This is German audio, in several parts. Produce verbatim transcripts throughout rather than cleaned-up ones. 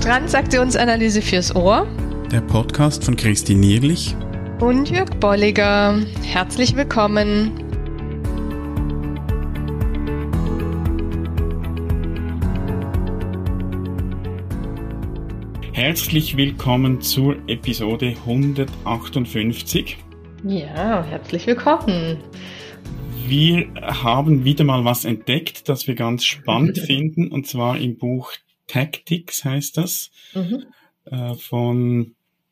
Transaktionsanalyse fürs Ohr. Der Podcast von Christine Nierlich Und Jörg Bolliger. Herzlich willkommen. Herzlich willkommen zur Episode hundertachtundfünfzig. Ja, herzlich willkommen. Wir haben wieder mal was entdeckt, das wir ganz spannend finden, und zwar im Buch Tactics heißt das, mhm. äh, von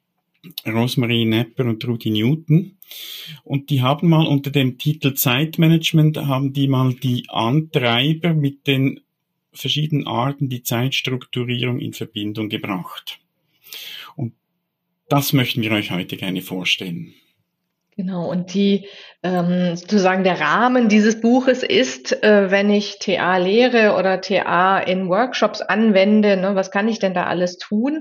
Rosemarie Nepper und Rudi Newton. Und die haben mal unter dem Titel Zeitmanagement, haben die mal die Antreiber mit den verschiedenen Arten die Zeitstrukturierung in Verbindung gebracht. Und das möchten wir euch heute gerne vorstellen. Genau, und die ähm, sozusagen der Rahmen dieses Buches ist, äh, wenn ich T A lehre oder T A in Workshops anwende, ne, was kann ich denn da alles tun?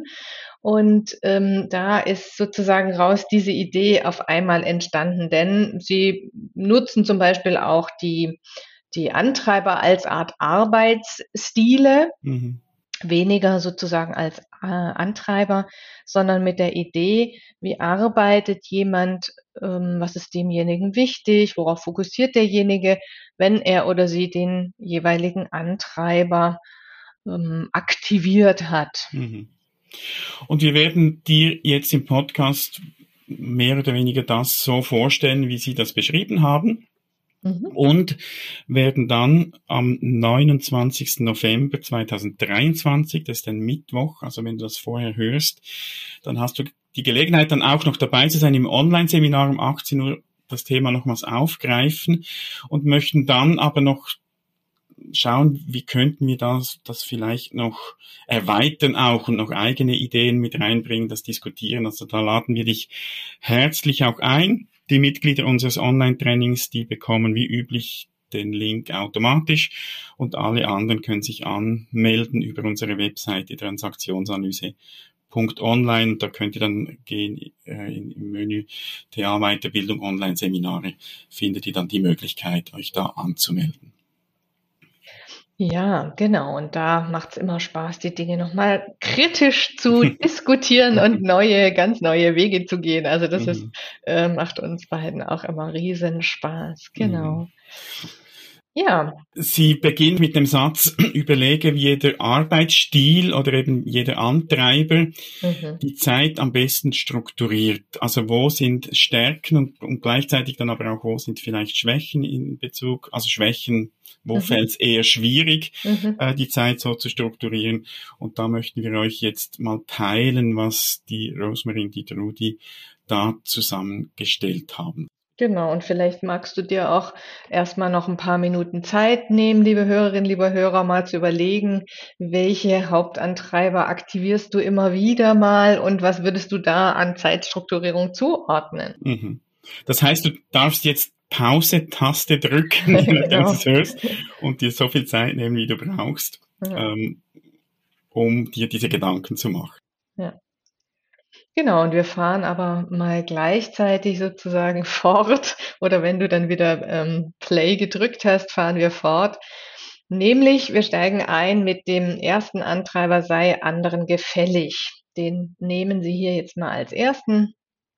Und ähm, da ist sozusagen raus diese Idee auf einmal entstanden, denn sie nutzen zum Beispiel auch die die Antreiber als Art Arbeitsstile, mhm. weniger sozusagen als äh, Antreiber, sondern mit der Idee, wie arbeitet jemand, ähm, was ist demjenigen wichtig, worauf fokussiert derjenige, wenn er oder sie den jeweiligen Antreiber ähm, aktiviert hat. Mhm. Und wir werden dir jetzt im Podcast mehr oder weniger das so vorstellen, wie Sie das beschrieben haben. Mhm. Und werden dann am neunundzwanzigsten November zweitausenddreiundzwanzig, das ist ein Mittwoch, also wenn du das vorher hörst, dann hast du die Gelegenheit, dann auch noch dabei zu sein im Online-Seminar um achtzehn Uhr, das Thema nochmals aufgreifen, und möchten dann aber noch schauen, wie könnten wir das, das vielleicht noch erweitern auch und noch eigene Ideen mit reinbringen, das diskutieren. Also da laden wir dich herzlich auch ein. Die Mitglieder unseres Online-Trainings, die bekommen wie üblich den Link automatisch, und alle anderen können sich anmelden über unsere Webseite transaktionsanalyse punkt online, und da könnt ihr dann gehen äh, im Menü T A Weiterbildung Online-Seminare, findet ihr dann die Möglichkeit, euch da anzumelden. Ja, genau. Und da macht es immer Spaß, die Dinge nochmal kritisch zu diskutieren und neue, ganz neue Wege zu gehen. Also das ist, äh, macht uns beiden auch immer riesen Spaß. Genau. Ja. Sie beginnt mit dem Satz: Überlege, wie jeder Arbeitsstil oder eben jeder Antreiber mhm. die Zeit am besten strukturiert. Also wo sind Stärken und, und gleichzeitig dann aber auch, wo sind vielleicht Schwächen in Bezug, also Schwächen, wo mhm. fällt es eher schwierig, mhm. äh, die Zeit so zu strukturieren. Und da möchten wir euch jetzt mal teilen, was die Rosemarie und die Rudi da zusammengestellt haben. Genau, und vielleicht magst du dir auch erstmal noch ein paar Minuten Zeit nehmen, liebe Hörerinnen, lieber Hörer, mal zu überlegen, welche Hauptantreiber aktivierst du immer wieder mal und was würdest du da an Zeitstrukturierung zuordnen? Mhm. Das heißt, du darfst jetzt Pause-Taste drücken, wenn du das hörst, und dir so viel Zeit nehmen, wie du brauchst, ja. ähm, um dir diese Gedanken zu machen. Ja. Genau, und wir fahren aber mal gleichzeitig sozusagen fort, oder wenn du dann wieder ähm, Play gedrückt hast, fahren wir fort. Nämlich, wir steigen ein mit dem ersten Antreiber, sei anderen gefällig. Den nehmen Sie hier jetzt mal als ersten.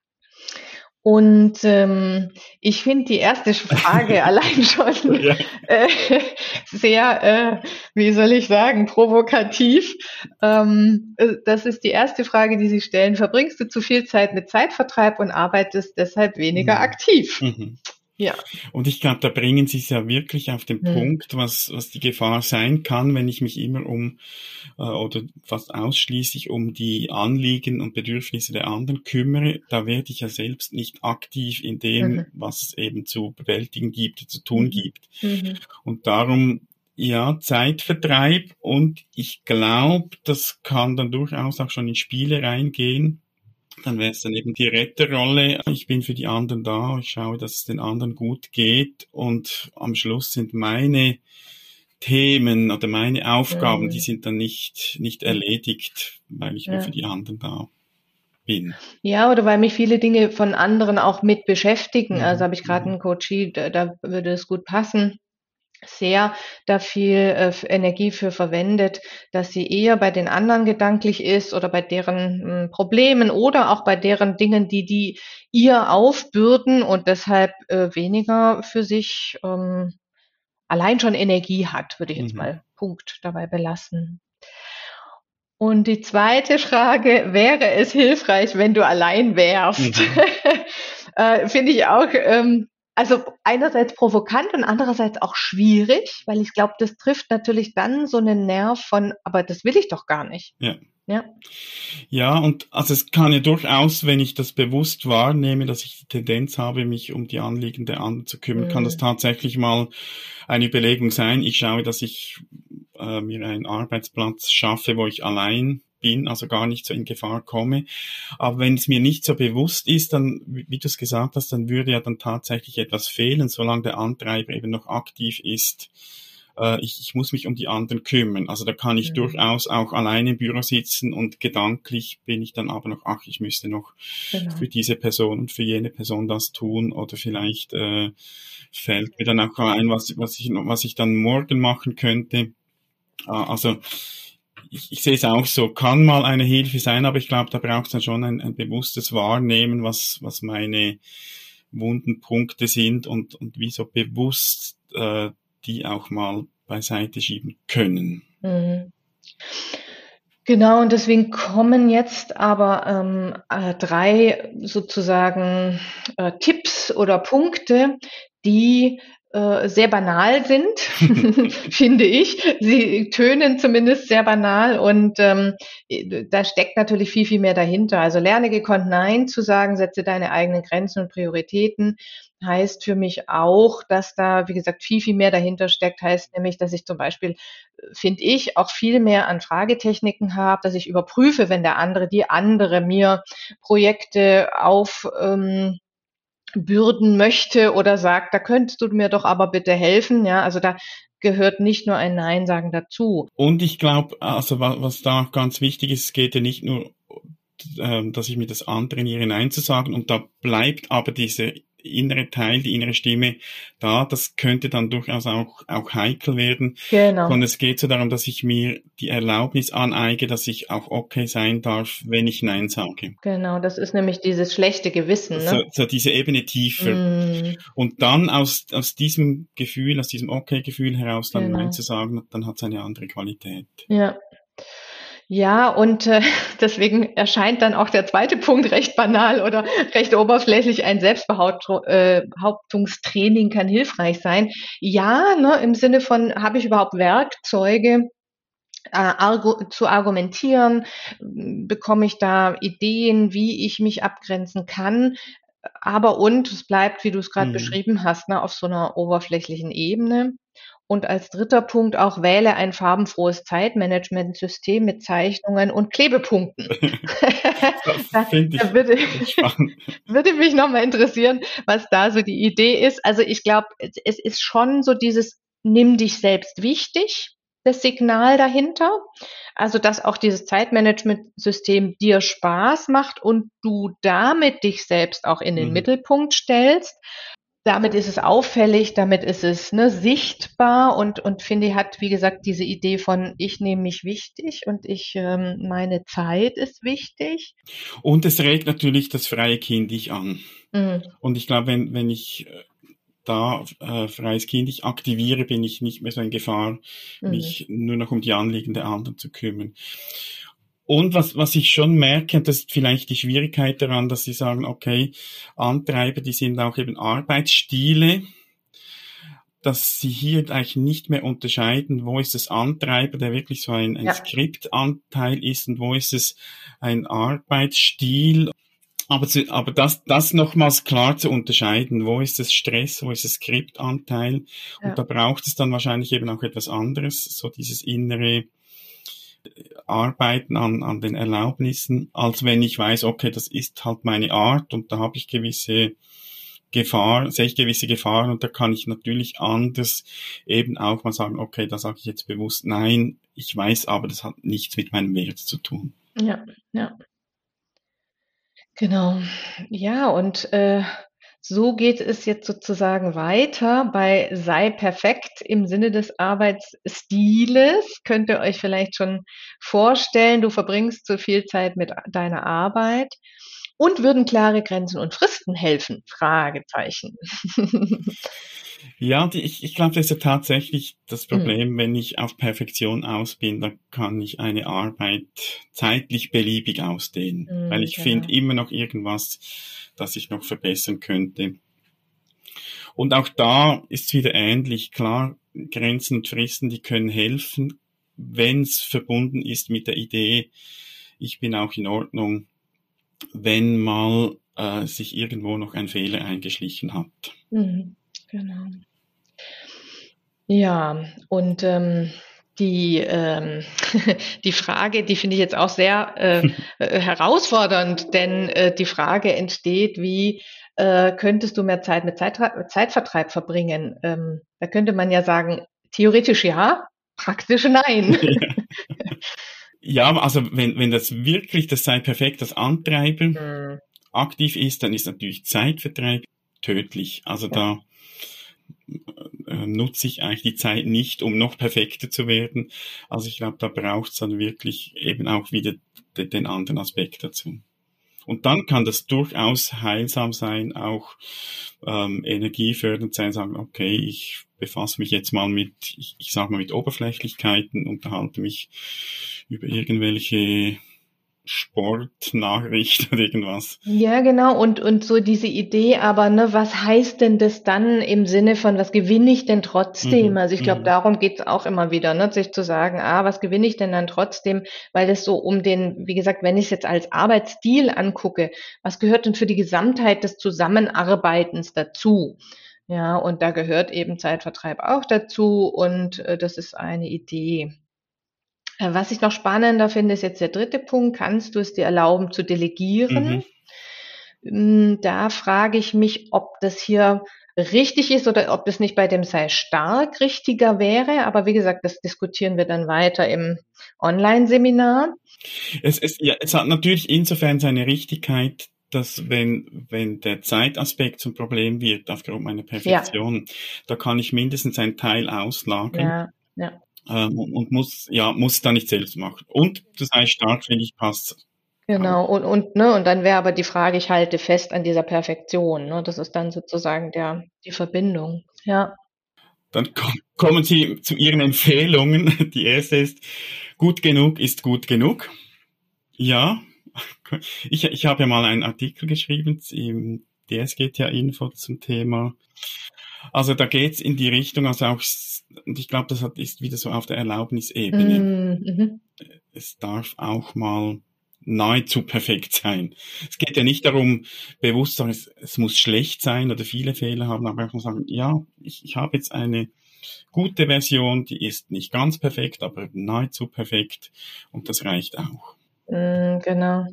Und ähm, ich finde die erste Frage allein schon ja. äh, sehr, äh, wie soll ich sagen, provokativ. Ähm, das ist die erste Frage, die Sie stellen. Verbringst du zu viel Zeit mit Zeitvertreib und arbeitest deshalb weniger mhm. aktiv? Mhm. Ja. Und ich glaube, da bringen Sie es ja wirklich auf den hm. Punkt, was was die Gefahr sein kann, wenn ich mich immer um äh, oder fast ausschließlich um die Anliegen und Bedürfnisse der anderen kümmere. Da werde ich ja selbst nicht aktiv in dem, mhm. was es eben zu bewältigen gibt, zu tun mhm. gibt. Mhm. Und darum, ja, Zeitvertreib, und ich glaube, das kann dann durchaus auch schon in Spiele reingehen. Dann wäre es dann eben die Retterrolle. Ich bin für die anderen da, ich schaue, dass es den anderen gut geht, und am Schluss sind meine Themen oder meine Aufgaben, mhm. die sind dann nicht nicht erledigt, weil ich ja. nur für die anderen da bin. Ja, oder weil mich viele Dinge von anderen auch mit beschäftigen. Mhm. Also habe ich gerade einen Coachie, da, da würde es gut passen. sehr da viel äh, Energie für verwendet, dass sie eher bei den anderen gedanklich ist oder bei deren mh, Problemen oder auch bei deren Dingen, die die ihr aufbürden und deshalb äh, weniger für sich ähm, allein schon Energie hat, würde ich jetzt Mhm. mal Punkt dabei belassen. Und die zweite Frage, wäre es hilfreich, wenn du allein wärst? Mhm. äh, Finde ich auch, ähm, also einerseits provokant und andererseits auch schwierig, weil ich glaube, das trifft natürlich dann so einen Nerv von, aber das will ich doch gar nicht. Ja. Ja. Ja, und also es kann ja durchaus, wenn ich das bewusst wahrnehme, dass ich die Tendenz habe, mich um die Anliegen der anderen zu kümmern, kann das Mhm. tatsächlich mal eine Überlegung sein. Ich schaue, dass ich äh, mir einen Arbeitsplatz schaffe, wo ich allein bin, also gar nicht so in Gefahr komme. Aber wenn es mir nicht so bewusst ist, dann, wie, wie du es gesagt hast, dann würde ja dann tatsächlich etwas fehlen, solange der Antreiber eben noch aktiv ist. Äh, ich, ich muss mich um die anderen kümmern. Also da kann ich Mhm. durchaus auch alleine im Büro sitzen und gedanklich bin ich dann aber noch, ach, ich müsste noch Genau. für diese Person und für jene Person das tun oder vielleicht äh, fällt mir dann auch ein, was, was ich, was ich dann morgen machen könnte. Also ich, ich sehe es auch so, kann mal eine Hilfe sein, aber ich glaube, da braucht es dann schon ein, ein bewusstes Wahrnehmen, was, was meine wunden Punkte sind und, und wie so bewusst äh, die auch mal beiseite schieben können. Mhm. Genau, und deswegen kommen jetzt aber ähm, äh, drei sozusagen äh, Tipps oder Punkte, die äh, sehr banal sind, finde ich. Sie tönen zumindest sehr banal und ähm, da steckt natürlich viel, viel mehr dahinter. Also lerne gekonnt Nein zu sagen, setze deine eigenen Grenzen und Prioritäten. Heißt für mich auch, dass da, wie gesagt, viel, viel mehr dahinter steckt. Heißt nämlich, dass ich zum Beispiel, finde ich, auch viel mehr an Fragetechniken habe, dass ich überprüfe, wenn der andere, die andere mir Projekte auf ähm, bürden möchte oder sagt, da könntest du mir doch aber bitte helfen. Ja, also da gehört nicht nur ein Nein sagen dazu. Und ich glaube, also was, was da auch ganz wichtig ist, es geht ja nicht nur, ähm, dass ich mir das andere trainiere, Nein zu sagen und da bleibt aber diese innere Teil, die innere Stimme da, das könnte dann durchaus auch, auch heikel werden. Genau. Sondern es geht so darum, dass ich mir die Erlaubnis aneige, dass ich auch okay sein darf, wenn ich Nein sage. Genau, das ist nämlich dieses schlechte Gewissen, So, ne? so diese Ebene tiefer. Mm, Und dann aus, aus diesem Gefühl, aus diesem Okay-Gefühl heraus dann Nein genau. zu sagen, dann hat es eine andere Qualität. Ja. Ja, und äh, deswegen erscheint dann auch der zweite Punkt recht banal oder recht oberflächlich. Ein Selbstbehauptungstraining kann hilfreich sein. Ja, ne, im Sinne von, habe ich überhaupt Werkzeuge, äh, argu zu argumentieren? Bekomme ich da Ideen, wie ich mich abgrenzen kann? Aber und es bleibt, wie du es gerade Mhm. beschrieben hast, ne, auf so einer oberflächlichen Ebene. Und als dritter Punkt auch wähle ein farbenfrohes Zeitmanagementsystem mit Zeichnungen und Klebepunkten. Da, Finde da ich würde, spannend. würde mich nochmal interessieren, was da so die Idee ist. Also ich glaube, es, es ist schon so dieses Nimm dich selbst wichtig, das Signal dahinter. Also dass auch dieses Zeitmanagementsystem dir Spaß macht und du damit dich selbst auch in den Mhm. Mittelpunkt stellst. Damit ist es auffällig, damit ist es ne, sichtbar und, und finde, hat, wie gesagt, diese Idee von ich nehme mich wichtig und ich ähm, meine Zeit ist wichtig. Und es regt natürlich das freie Kind ich an. Mhm. Und ich glaube, wenn, wenn ich da äh, freies Kind ich aktiviere, bin ich nicht mehr so in Gefahr, Mhm. mich nur noch um die Anliegen der anderen zu kümmern. Und was, was ich schon merke, das ist vielleicht die Schwierigkeit daran, dass sie sagen, okay, Antreiber, die sind auch eben Arbeitsstile, dass sie hier eigentlich nicht mehr unterscheiden, wo ist es Antreiber, der wirklich so ein, ein Ja. Skriptanteil ist und wo ist es ein Arbeitsstil. Aber, zu, aber das, das nochmals klar zu unterscheiden, wo ist es Stress, wo ist es Skriptanteil. Ja. Und da braucht es dann wahrscheinlich eben auch etwas anderes, so dieses innere Arbeiten an, an den Erlaubnissen, als wenn ich weiß, okay, das ist halt meine Art und da habe ich gewisse Gefahr, sehe ich gewisse Gefahren und da kann ich natürlich anders eben auch mal sagen, okay, da sage ich jetzt bewusst nein, ich weiß aber, das hat nichts mit meinem Wert zu tun. Ja, ja. Genau. Ja, und äh, so geht es jetzt sozusagen weiter bei Sei perfekt im Sinne des Arbeitsstiles. Könnt ihr euch vielleicht schon vorstellen, du verbringst so viel Zeit mit deiner Arbeit. Und würden klare Grenzen und Fristen helfen? Fragezeichen. Ja, die, ich, ich glaube, das ist ja tatsächlich das Problem, mhm. wenn ich auf Perfektion aus bin, dann kann ich eine Arbeit zeitlich beliebig ausdehnen, mhm, weil ich genau. finde immer noch irgendwas, das ich noch verbessern könnte. Und auch da ist es wieder ähnlich. Klar, Grenzen und Fristen, die können helfen, wenn es verbunden ist mit der Idee, ich bin auch in Ordnung, wenn mal äh, sich irgendwo noch ein Fehler eingeschlichen hat. Mhm, genau. Ja, und ähm, die ähm, die Frage, die finde ich jetzt auch sehr äh, äh, herausfordernd, denn äh, die Frage entsteht, wie äh, könntest du mehr Zeit mit Zeit, Zeitvertreib verbringen? Ähm, da könnte man ja sagen, theoretisch ja, praktisch nein. Ja, also wenn wenn das wirklich das Sei perfekt das Antreiben hm. aktiv ist, dann ist natürlich Zeitvertreib tödlich. Also ja. da äh, nutze ich eigentlich die Zeit nicht, um noch perfekter zu werden. Also ich glaube, da braucht es dann wirklich eben auch wieder de- den anderen Aspekt dazu. Und dann kann das durchaus heilsam sein, auch ähm, energiefördernd sein, sagen, okay, ich befasse mich jetzt mal mit, ich, ich sage mal mit Oberflächlichkeiten, unterhalte mich über irgendwelche Sportnachricht oder irgendwas. Ja, genau. Und, und so diese Idee, aber, ne, was heißt denn das dann im Sinne von, was gewinne ich denn trotzdem? Mhm. Also ich glaube, mhm. darum geht's auch immer wieder, ne, sich zu sagen, ah, was gewinne ich denn dann trotzdem? Weil es so um den, wie gesagt, wenn ich es jetzt als Arbeitsstil angucke, was gehört denn für die Gesamtheit des Zusammenarbeitens dazu? Ja, und da gehört eben Zeitvertreib auch dazu und äh, das ist eine Idee. Was ich noch spannender finde, ist jetzt der dritte Punkt. Kannst du es dir erlauben zu delegieren? Mhm. Da frage ich mich, ob das hier richtig ist oder ob das nicht bei dem Sei stark richtiger wäre. Aber wie gesagt, das diskutieren wir dann weiter im Online-Seminar. Es, es, ja, es hat natürlich insofern seine Richtigkeit, dass wenn, wenn der Zeitaspekt zum Problem wird aufgrund meiner Perfektion, ja. da kann ich mindestens einen Teil auslagern. Ja, ja. Ähm, und, und muss, ja, muss da nicht selbst machen. Und das heißt, stark, finde ich, passt. Genau, und, und, ne, und dann wäre aber die Frage, ich halte fest an dieser Perfektion, ne? Das ist dann sozusagen der, die Verbindung, ja. Dann kom- kommen Sie zu Ihren Empfehlungen. Die erste ist, gut genug ist gut genug. Ja, ich, ich habe ja mal einen Artikel geschrieben im D S G T A-Info zum Thema. Also da geht's in die Richtung, also auch, und ich glaube, das hat, ist wieder so auf der Erlaubnisebene. Mhm. Es darf auch mal nahezu perfekt sein. Es geht ja nicht darum, bewusst zu sagen, es, es muss schlecht sein oder viele Fehler haben, aber einfach sagen, ja, ich, ich habe jetzt eine gute Version, die ist nicht ganz perfekt, aber nahezu perfekt und das reicht auch. Mhm, genau.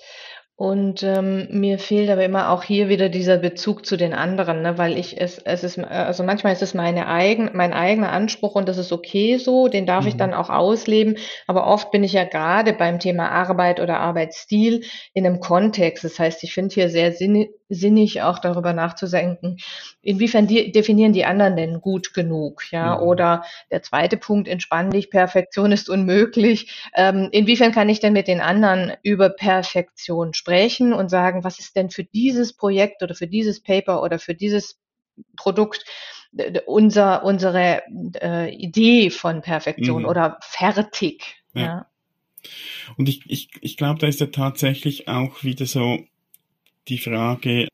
Und ähm, mir fehlt aber immer auch hier wieder dieser Bezug zu den anderen, ne? Weil ich es, es ist, also manchmal ist es meine eigen, mein eigener Anspruch und das ist okay so, den darf mhm. ich dann auch ausleben. Aber oft bin ich ja gerade beim Thema Arbeit oder Arbeitsstil in einem Kontext. Das heißt, ich finde hier sehr sinnig, sinnig auch darüber nachzudenken, inwiefern die, definieren die anderen denn gut genug, ja? Mhm. Oder der zweite Punkt, entspann dich, Perfektion ist unmöglich. Ähm, inwiefern kann ich denn mit den anderen über Perfektion sprechen? sprechen und sagen, was ist denn für dieses Projekt oder für dieses Paper oder für dieses Produkt unser, unsere äh, Idee von Perfektion mhm. oder fertig. Ja. ja. Und ich, ich, ich glaube, da ist ja tatsächlich auch wieder so die Frage,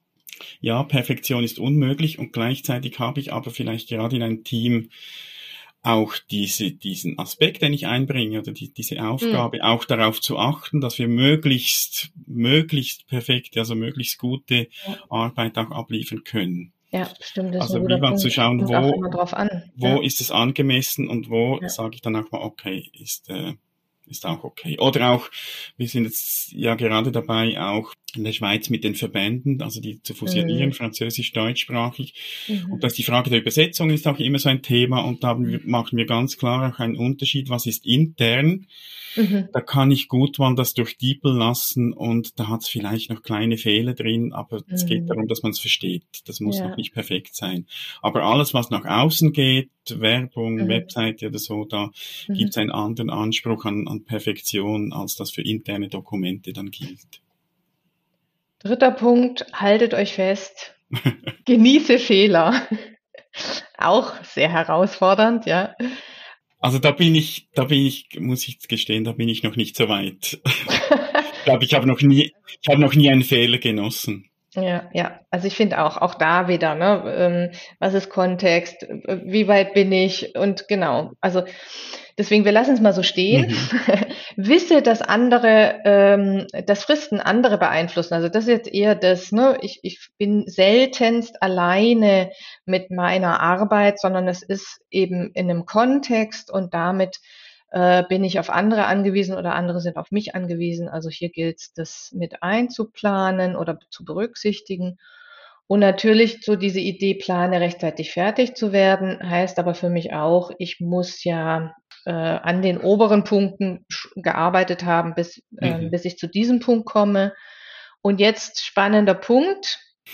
ja, Perfektion ist unmöglich und gleichzeitig habe ich aber vielleicht gerade in einem Team auch diese, diesen Aspekt, den ich einbringe, oder die, diese Aufgabe, mhm. auch darauf zu achten, dass wir möglichst, möglichst perfekte, also möglichst gute ja. Arbeit auch abliefern können. Ja, stimmt. Das also wie mal zu schauen, wo, an. wo ja. ist es angemessen und wo ja. sage ich dann auch mal, okay, ist, äh, ist auch okay. Oder auch, wir sind jetzt ja gerade dabei, auch in der Schweiz mit den Verbänden, also die zu fusionieren, mhm. französisch-deutschsprachig. Mhm. Und dass die Frage der Übersetzung ist auch immer so ein Thema und da haben wir, machen wir ganz klar auch einen Unterschied, was ist intern. Mhm. Da kann ich gut mal das durch DeepL lassen und da hat es vielleicht noch kleine Fehler drin, aber es mhm. geht darum, dass man es versteht. Das muss ja. noch nicht perfekt sein. Aber alles, was nach außen geht, Werbung, mhm. Webseite oder so, da mhm. gibt es einen anderen Anspruch an, an Perfektion, als das für interne Dokumente dann gilt. Dritter Punkt, haltet euch fest, genieße Fehler. Auch sehr herausfordernd, ja. Also da bin ich, da bin ich, muss ich gestehen, da bin ich noch nicht so weit. Ich glaube, ich habe noch nie, ich habe noch nie einen Fehler genossen. Ja, ja. Also ich finde auch, auch da wieder, ne, ähm, was ist Kontext, wie weit bin ich und genau. Also deswegen, wir lassen es mal so stehen. Mhm. Wisse, dass andere, ähm, dass Fristen andere beeinflussen. Also das ist jetzt eher das, ne, ich, ich bin seltenst alleine mit meiner Arbeit, sondern es ist eben in einem Kontext und damit äh, bin ich auf andere angewiesen oder andere sind auf mich angewiesen. Also hier gilt es, das mit einzuplanen oder zu berücksichtigen. Und natürlich so diese Idee, plane rechtzeitig fertig zu werden, heißt aber für mich auch, ich muss ja äh, an den oberen Punkten gearbeitet haben, bis, äh, mhm. bis ich zu diesem Punkt komme. Und jetzt spannender Punkt.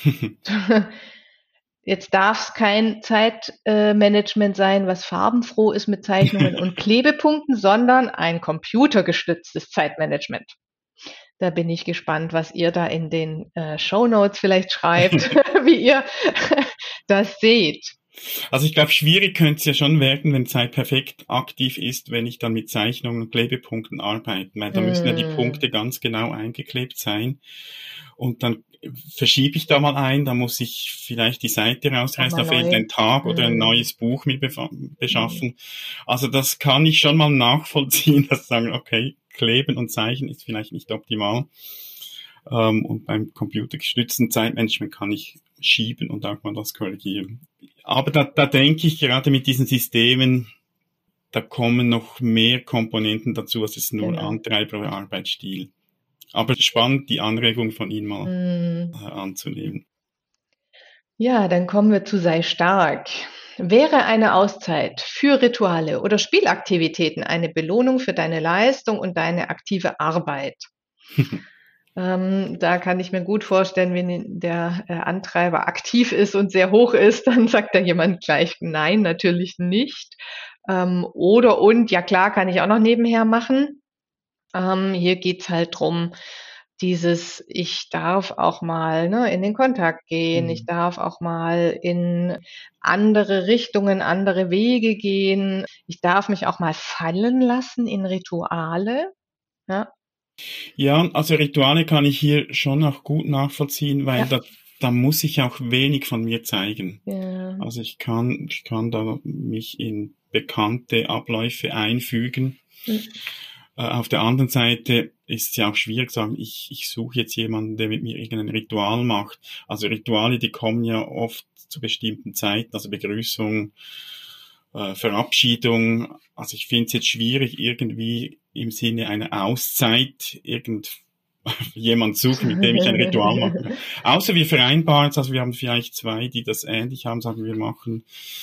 Jetzt darf es kein Zeitmanagement äh, sein, was farbenfroh ist mit Zeichnungen und Klebepunkten, sondern ein computergestütztes Zeitmanagement. Da bin ich gespannt, was ihr da in den äh, Shownotes vielleicht schreibt, wie ihr das seht. Also ich glaube, schwierig könnte es ja schon werden, wenn Zeit perfekt aktiv ist, wenn ich dann mit Zeichnungen und Klebepunkten arbeite. Weil da mm. müssen ja die Punkte ganz genau eingeklebt sein. Und dann verschiebe ich da mal ein, da muss ich vielleicht die Seite rausreißen, da fehlt ein Tag oder ein neues Buch mir beschaffen. Also das kann ich schon mal nachvollziehen, dass sagen, okay, kleben und zeichnen ist vielleicht nicht optimal. Und beim computergestützten Zeitmanagement kann ich schieben und auch mal das korrigieren. Aber da, da denke ich, gerade mit diesen Systemen, da kommen noch mehr Komponenten dazu, als es nur genau. Antreiber oder Arbeitsstil. Aber spannend, die Anregung von Ihnen mal mm. äh, anzunehmen. Ja, dann kommen wir zu Sei stark. Wäre eine Auszeit für Rituale oder Spielaktivitäten eine Belohnung für deine Leistung und deine aktive Arbeit? ähm, da kann ich mir gut vorstellen, wenn der äh, Antreiber aktiv ist und sehr hoch ist, dann sagt da jemand gleich, nein, natürlich nicht. Ähm, oder und, ja klar, kann ich auch noch nebenher machen. Ähm, hier geht's halt drum, dieses, ich darf auch mal ne, in den Kontakt gehen, mhm. ich darf auch mal in andere Richtungen, andere Wege gehen, ich darf mich auch mal fallen lassen in Rituale. Ja, ja, also Rituale kann ich hier schon auch gut nachvollziehen, weil ja. da, da muss ich auch wenig von mir zeigen. Ja. Also ich kann, ich kann da mich in bekannte Abläufe einfügen. Mhm. Auf der anderen Seite ist es ja auch schwierig zu sagen, ich, ich suche jetzt jemanden, der mit mir irgendein Ritual macht. Also Rituale, die kommen ja oft zu bestimmten Zeiten, also Begrüßung, äh, Verabschiedung. Also ich finde es jetzt schwierig, irgendwie im Sinne einer Auszeit irgend jemand suchen, mit dem ich ein Ritual mache. Außer wir vereinbaren es, also wir haben vielleicht zwei, die das ähnlich haben, sagen wir machen,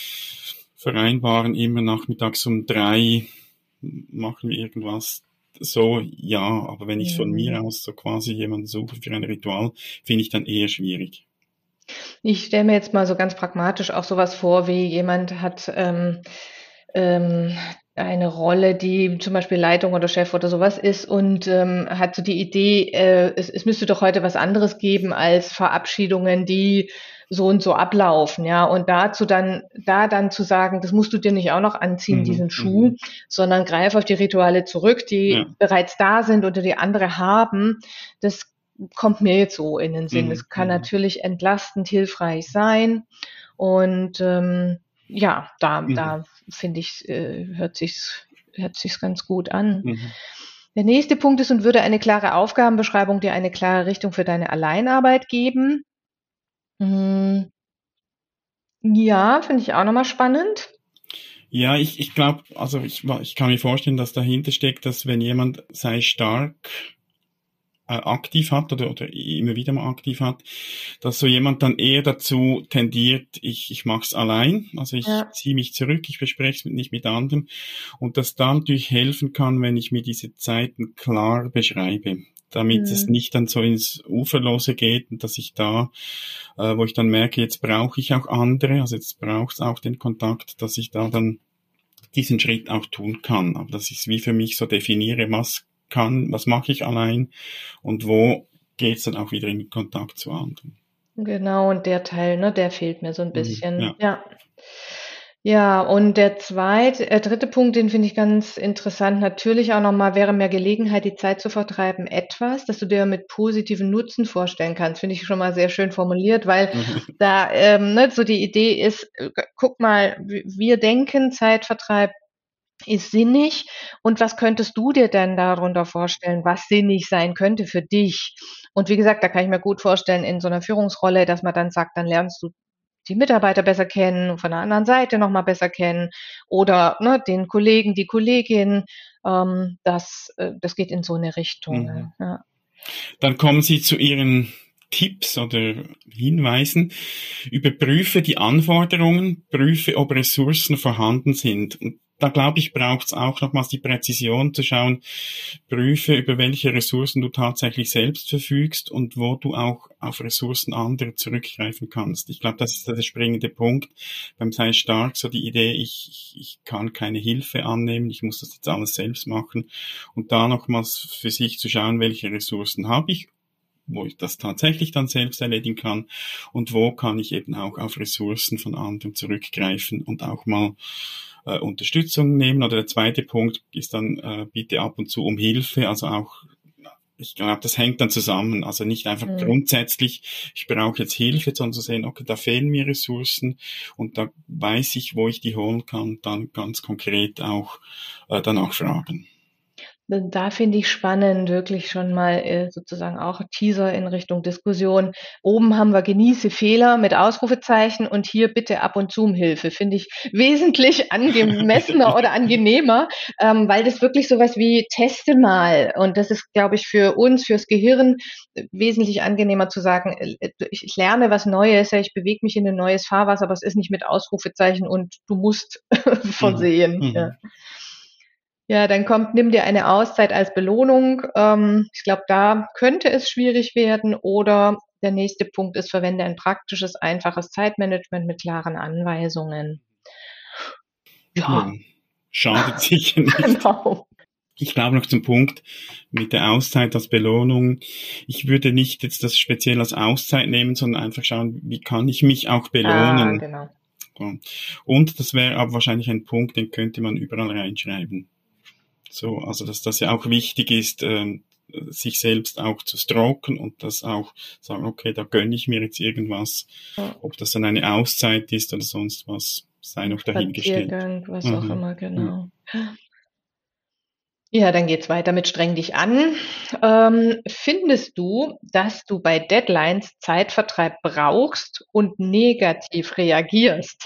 vereinbaren immer nachmittags um drei, machen wir irgendwas so, ja, aber wenn ich ja. von mir aus so quasi jemanden suche für ein Ritual, finde ich dann eher schwierig. Ich stelle mir jetzt mal so ganz pragmatisch auch sowas vor, wie jemand hat ähm, ähm, eine Rolle, die zum Beispiel Leitung oder Chef oder sowas ist und ähm, hat so die Idee, äh, es, es müsste doch heute was anderes geben als Verabschiedungen, die so und so ablaufen, ja, und dazu dann, da dann zu sagen, das musst du dir nicht auch noch anziehen, mhm, diesen Schuh, mhm. sondern greif auf die Rituale zurück, die ja. bereits da sind oder die andere haben, das kommt mir jetzt so in den Sinn. Mhm. Es kann natürlich entlastend hilfreich sein und ähm, ja, da, mhm. da finde ich, äh, hört sich's, hört sich's ganz gut an. Mhm. Der nächste Punkt ist, und würde eine klare Aufgabenbeschreibung dir eine klare Richtung für deine Alleinarbeit geben. Ja, finde ich auch nochmal spannend. Ja, ich, ich glaube, also ich, ich kann mir vorstellen, dass dahinter steckt, dass wenn jemand sei stark äh, aktiv hat oder, oder immer wieder mal aktiv hat, dass so jemand dann eher dazu tendiert, ich, ich mache es allein, also ich Ja. ziehe mich zurück, ich bespreche es nicht mit anderen und das da natürlich helfen kann, wenn ich mir diese Zeiten klar beschreibe, damit es Mhm. nicht dann so ins Uferlose geht und dass ich da, äh, wo ich dann merke, jetzt brauche ich auch andere, also jetzt braucht es auch den Kontakt, dass ich da dann diesen Schritt auch tun kann, aber dass ich es wie für mich so definiere, was kann, was mache ich allein und wo geht es dann auch wieder in Kontakt zu anderen. Genau, und der Teil, ne, der fehlt mir so ein Mhm, bisschen. ja. Ja. Ja, und der zweite, äh, dritte Punkt, den finde ich ganz interessant, natürlich auch nochmal, wäre mehr Gelegenheit, die Zeit zu vertreiben, etwas, das du dir mit positiven Nutzen vorstellen kannst, finde ich schon mal sehr schön formuliert, weil da ähm, ne, so die Idee ist, äh, guck mal, wir denken, Zeitvertreib ist sinnig und was könntest du dir denn darunter vorstellen, was sinnig sein könnte für dich? Und wie gesagt, da kann ich mir gut vorstellen, in so einer Führungsrolle, dass man dann sagt, dann lernst du die Mitarbeiter besser kennen, von der anderen Seite noch mal besser kennen oder, ne, den Kollegen, die Kollegin, ähm, das äh, das geht in so eine Mhm. Richtung, ja. Dann kommen Sie zu Ihren Tipps oder Hinweisen. Überprüfe die Anforderungen, prüfe, ob Ressourcen vorhanden sind. Und da glaube ich, braucht es auch nochmals die Präzision zu schauen, prüfe, über welche Ressourcen du tatsächlich selbst verfügst und wo du auch auf Ressourcen anderer zurückgreifen kannst. Ich glaube, das ist der springende Punkt. Beim Sei stark so die Idee, ich, ich, ich kann keine Hilfe annehmen, ich muss das jetzt alles selbst machen. Und da nochmals für sich zu schauen, welche Ressourcen habe ich, wo ich das tatsächlich dann selbst erledigen kann und wo kann ich eben auch auf Ressourcen von anderen zurückgreifen und auch mal äh, Unterstützung nehmen. Oder der zweite Punkt ist dann, äh, bitte ab und zu um Hilfe, also auch, ich glaube, das hängt dann zusammen, also nicht einfach Mhm. grundsätzlich, ich brauche jetzt Hilfe, sondern zu sehen, okay, da fehlen mir Ressourcen und da weiß ich, wo ich die holen kann, dann ganz konkret auch äh, danach fragen. Da finde ich spannend, wirklich schon mal äh, sozusagen auch Teaser in Richtung Diskussion. Oben haben wir genieße Fehler mit Ausrufezeichen und hier bitte ab und zu um Hilfe. Finde ich wesentlich angemessener oder angenehmer, ähm, weil das wirklich sowas wie teste mal. Und das ist, glaube ich, für uns, fürs Gehirn äh, wesentlich angenehmer zu sagen, äh, ich, ich lerne was Neues, ja, ich bewege mich in ein neues Fahrwasser, aber es ist nicht mit Ausrufezeichen und du musst Mhm. versehen. Ja. Mhm. Ja, dann kommt, nimm dir eine Auszeit als Belohnung. Ähm, ich glaube, da könnte es schwierig werden. Oder der nächste Punkt ist, verwende ein praktisches, einfaches Zeitmanagement mit klaren Anweisungen. Ja, Ja, schadet sicher nicht. genau. Ich glaube noch zum Punkt mit der Auszeit als Belohnung. Ich würde nicht jetzt das speziell als Auszeit nehmen, sondern einfach schauen, wie kann ich mich auch Ah, belohnen. genau. So. Und das wäre aber wahrscheinlich ein Punkt, den könnte man überall reinschreiben. So, also dass das ja auch wichtig ist, ähm, sich selbst auch zu stroken und das auch sagen, okay, da gönne ich mir jetzt irgendwas. Ja. Ob das dann eine Auszeit ist oder sonst was, sei noch dahingestellt. Spaziergang, was auch Mhm. immer, Ja. genau. Ja, dann geht's weiter mit streng dich an. Ähm, findest du, dass du bei Deadlines Zeitvertreib brauchst und negativ reagierst?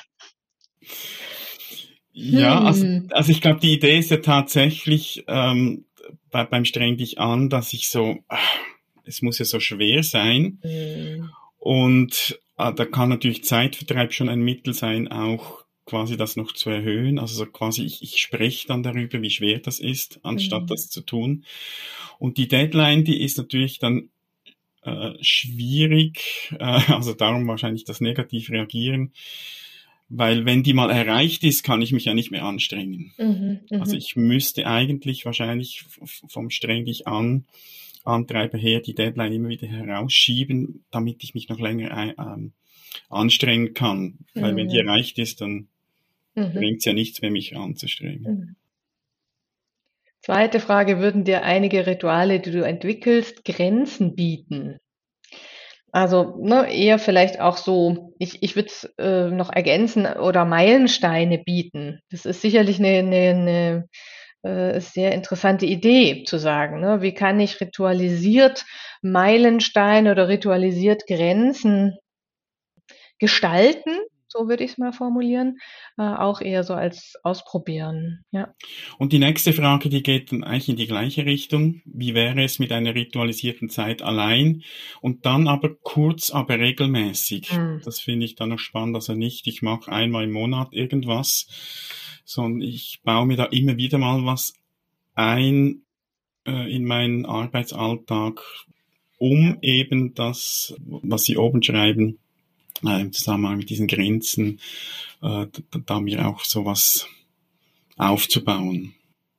Ja, also, Hm. also ich glaube, die Idee ist ja tatsächlich ähm, bei, beim Streng dich an, dass ich so, ah, es muss ja so schwer sein Hm. und ah, da kann natürlich Zeitvertreib schon ein Mittel sein, auch quasi das noch zu erhöhen. Also so quasi ich, ich spreche dann darüber, wie schwer das ist, anstatt Hm. das zu tun. Und die Deadline, die ist natürlich dann äh, schwierig, äh, also darum wahrscheinlich das negativ reagieren. Weil wenn die mal erreicht ist, kann ich mich ja nicht mehr anstrengen. Mhm, Also mhm. ich müsste eigentlich wahrscheinlich vom streng dich an Antreiber her die Deadline immer wieder herausschieben, damit ich mich noch länger ein, ähm, anstrengen kann. Weil wenn die Mhm, erreicht ist, dann mhm, bringt es ja nichts mehr, mich anzustrengen. mhm. Zweite Frage, würden dir einige Rituale, die du entwickelst, Grenzen bieten? Also, ne, eher vielleicht auch so, ich, ich würde es äh, noch ergänzen oder Meilensteine bieten. Das ist sicherlich eine, eine, eine äh, sehr interessante Idee zu sagen, ne? Wie kann ich ritualisiert Meilensteine oder ritualisiert Grenzen gestalten? so würde ich es mal formulieren, äh, auch eher so als Ausprobieren, ja. Und die nächste Frage, die geht dann eigentlich in die gleiche Richtung. Wie wäre es mit einer ritualisierten Zeit allein und dann aber kurz, aber regelmäßig? Mhm. Das finde ich dann noch spannend. Also nicht, ich mache einmal im Monat irgendwas, sondern ich baue mir da immer wieder mal was ein äh, in meinen Arbeitsalltag, um eben das, was Sie oben schreiben, äh, im Zusammenhang mit diesen Grenzen, äh, da, da mir auch sowas aufzubauen.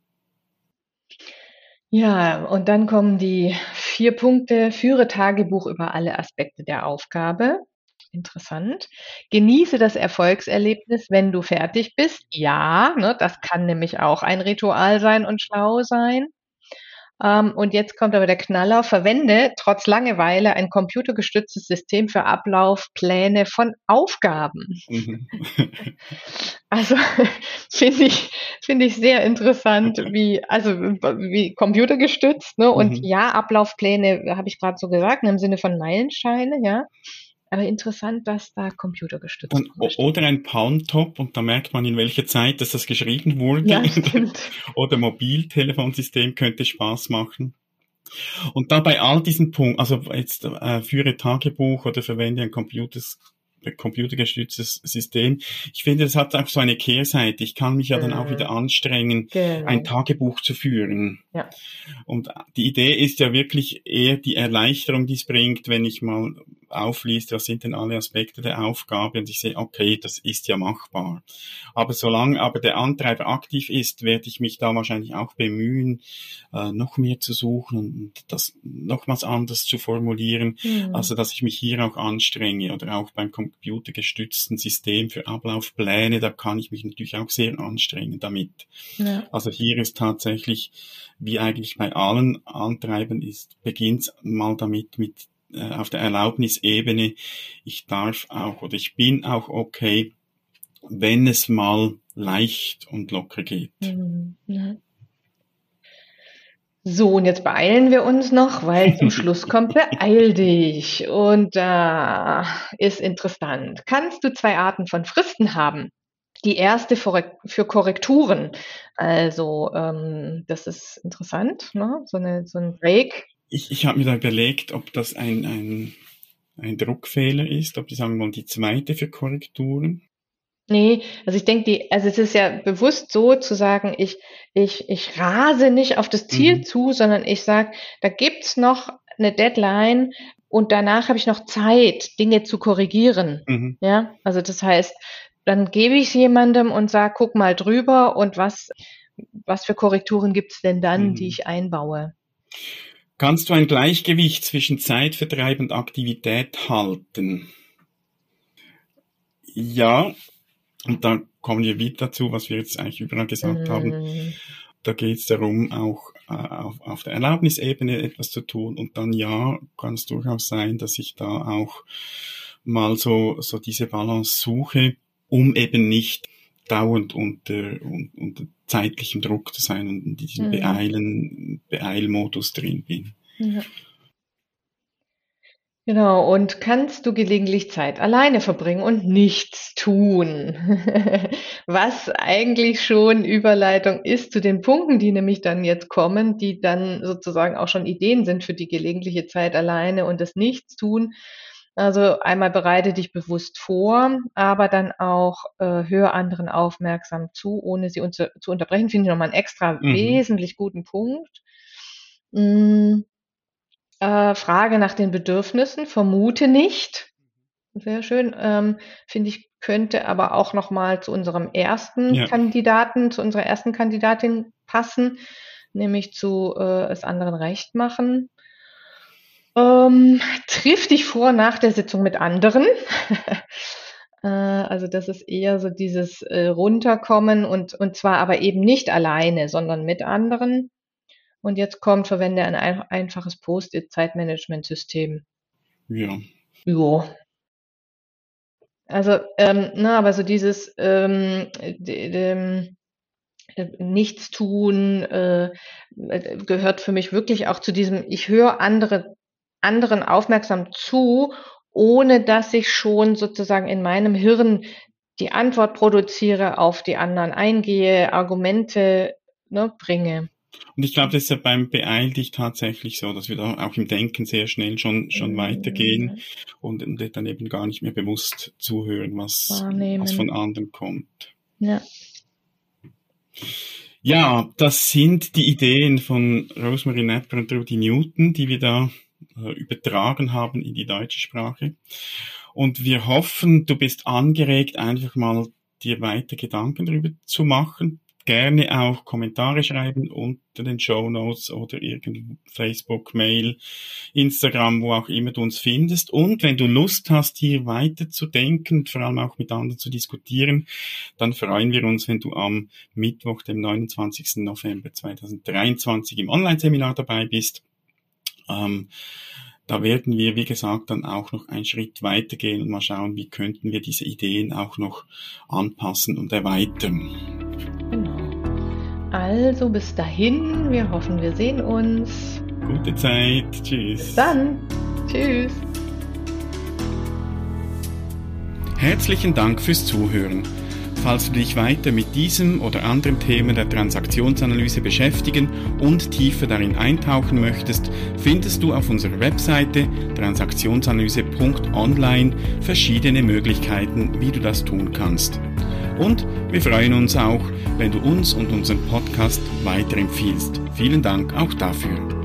Ja, und dann kommen die vier Punkte. Führe Tagebuch über alle Aspekte der Aufgabe. Interessant. Genieße das Erfolgserlebnis, wenn du fertig bist. Ja, ne, das kann nämlich auch ein Ritual sein und schlau sein. Ähm, und jetzt kommt aber der Knaller. Verwende trotz Langeweile ein computergestütztes System für Ablaufpläne von Aufgaben. Mhm. Also finde ich, finde ich sehr interessant, wie, also wie computergestützt, ne? Und Mhm. ja, Ablaufpläne, habe ich gerade so gesagt, ne, im Sinne von Meilensteine, ja. Aber interessant, dass da computergestützt Dann, drüber o- steht. oder ein Palmtop und da merkt man, in welcher Zeit dass das geschrieben wurde. Ja, stimmt. Oder Mobiltelefonsystem könnte Spaß machen. Und da bei all diesen Punkten, also jetzt äh, führe Tagebuch oder verwende ein Computers, computergestütztes System. Ich finde, das hat auch so eine Kehrseite. Ich kann mich ja dann auch wieder Mhm. anstrengen, ein Genau. Tagebuch zu führen. Ja. Und die Idee ist ja wirklich eher die Erleichterung, die es bringt, wenn ich mal aufliest, was sind denn alle Aspekte der Aufgabe und ich sehe, okay, das ist ja machbar. Aber solange aber der Antreiber aktiv ist, werde ich mich da wahrscheinlich auch bemühen, äh, noch mehr zu suchen und das nochmals anders zu formulieren, Mhm. also dass ich mich hier auch anstrenge oder auch beim computergestützten System für Ablaufpläne, da kann ich mich natürlich auch sehr anstrengen damit. Ja. Also hier ist tatsächlich, wie eigentlich bei allen Antreibern ist, beginnt mal damit mit äh, auf der Erlaubnisebene. Ich darf auch oder ich bin auch okay, wenn es mal leicht und locker geht. Mhm. Ja. So, und jetzt beeilen wir uns noch, weil zum Schluss kommt beeil dich. Und da äh, ist interessant. Kannst du zwei Arten von Fristen haben? Die erste für, für Korrekturen. Also, ähm, das ist interessant, ne? So, eine, so ein Break. Ich, ich habe mir da überlegt, ob das ein, ein, ein Druckfehler ist, ob die, sagen wir mal, die zweite für Korrekturen. Nee, also ich denke, die, also es ist ja bewusst so zu sagen, ich, ich, ich rase nicht auf das Ziel Mhm. zu, sondern ich sage, da gibt's noch eine Deadline und danach habe ich noch Zeit, Dinge zu korrigieren. Mhm. Ja, also das heißt, dann gebe ich es jemandem und sage, guck mal drüber und was, was für Korrekturen gibt's denn dann, die Mhm. ich einbaue? Kannst du ein Gleichgewicht zwischen Zeitvertreib und Aktivität halten? Ja, und da kommen wir wieder dazu, was wir jetzt eigentlich überall gesagt haben. Mm, Da geht es darum, auch äh, auf, auf der Erlaubnisebene etwas zu tun. Und dann ja, kann es durchaus sein, dass ich da auch mal so, so diese Balance suche, um eben nicht dauernd unter, un, unter zeitlichem Druck zu sein und in diesem mm, Beeilen, Beeilmodus drin bin. ja. Genau, und kannst du gelegentlich Zeit alleine verbringen und nichts tun? Was eigentlich schon Überleitung ist zu den Punkten, die nämlich dann jetzt kommen, die dann sozusagen auch schon Ideen sind für die gelegentliche Zeit alleine und das Nichtstun. Also einmal bereite dich bewusst vor, aber dann auch äh, hör anderen aufmerksam zu, ohne sie unter zu unterbrechen. Finde ich nochmal einen extra Mhm. wesentlich guten Punkt. Mm. Äh, Frage nach den Bedürfnissen, vermute nicht. Sehr schön. Ähm, finde ich, könnte aber auch noch mal zu unserem ersten Ja. Kandidaten, zu unserer ersten Kandidatin passen, nämlich zu äh, es anderen recht machen. Ähm, triff dich vor nach der Sitzung mit anderen. äh, also das ist eher so dieses äh, Runterkommen und, und zwar aber eben nicht alleine, sondern mit anderen. Und jetzt kommt, verwende ein ein einfaches Post-it-Zeitmanagementsystem. Ja. Jo. Also, ähm, ne, aber so dieses ähm, d- dem, äh, Nichtstun äh, äh, gehört für mich wirklich auch zu diesem, ich höre andere, anderen aufmerksam zu, ohne dass ich schon sozusagen in meinem Hirn die Antwort produziere, auf die anderen eingehe, Argumente, ne, bringe. Und ich glaube, das ist ja beim Beeil dich tatsächlich so, dass wir da auch im Denken sehr schnell schon schon mhm. weitergehen und, und dann eben gar nicht mehr bewusst zuhören, was, was von anderen kommt. Ja. Ja, das sind die Ideen von Rosemary Napper und Rudy Newton, die wir da äh, übertragen haben in die deutsche Sprache. Und wir hoffen, du bist angeregt, einfach mal dir weiter Gedanken darüber zu machen. Gerne auch Kommentare schreiben unter den Shownotes oder irgendwo Facebook, Mail, Instagram, wo auch immer du uns findest. Und wenn du Lust hast, hier weiter zu denken, vor allem auch mit anderen zu diskutieren, dann freuen wir uns, wenn du am Mittwoch, dem neunundzwanzigsten November zweitausenddreiundzwanzig im Online-Seminar dabei bist. Ähm, Da werden wir, wie gesagt, dann auch noch einen Schritt weitergehen und mal schauen, wie könnten wir diese Ideen auch noch anpassen und erweitern. Genau. Also bis dahin, wir hoffen, wir sehen uns. Gute Zeit. Tschüss. Bis dann. Tschüss. Herzlichen Dank fürs Zuhören. Falls du dich weiter mit diesem oder anderen Themen der Transaktionsanalyse beschäftigen und tiefer darin eintauchen möchtest, findest du auf unserer Webseite transaktionsanalyse punkt online verschiedene Möglichkeiten, wie du das tun kannst. Und wir freuen uns auch, wenn du uns und unseren Podcast weiterempfiehlst. Vielen Dank auch dafür.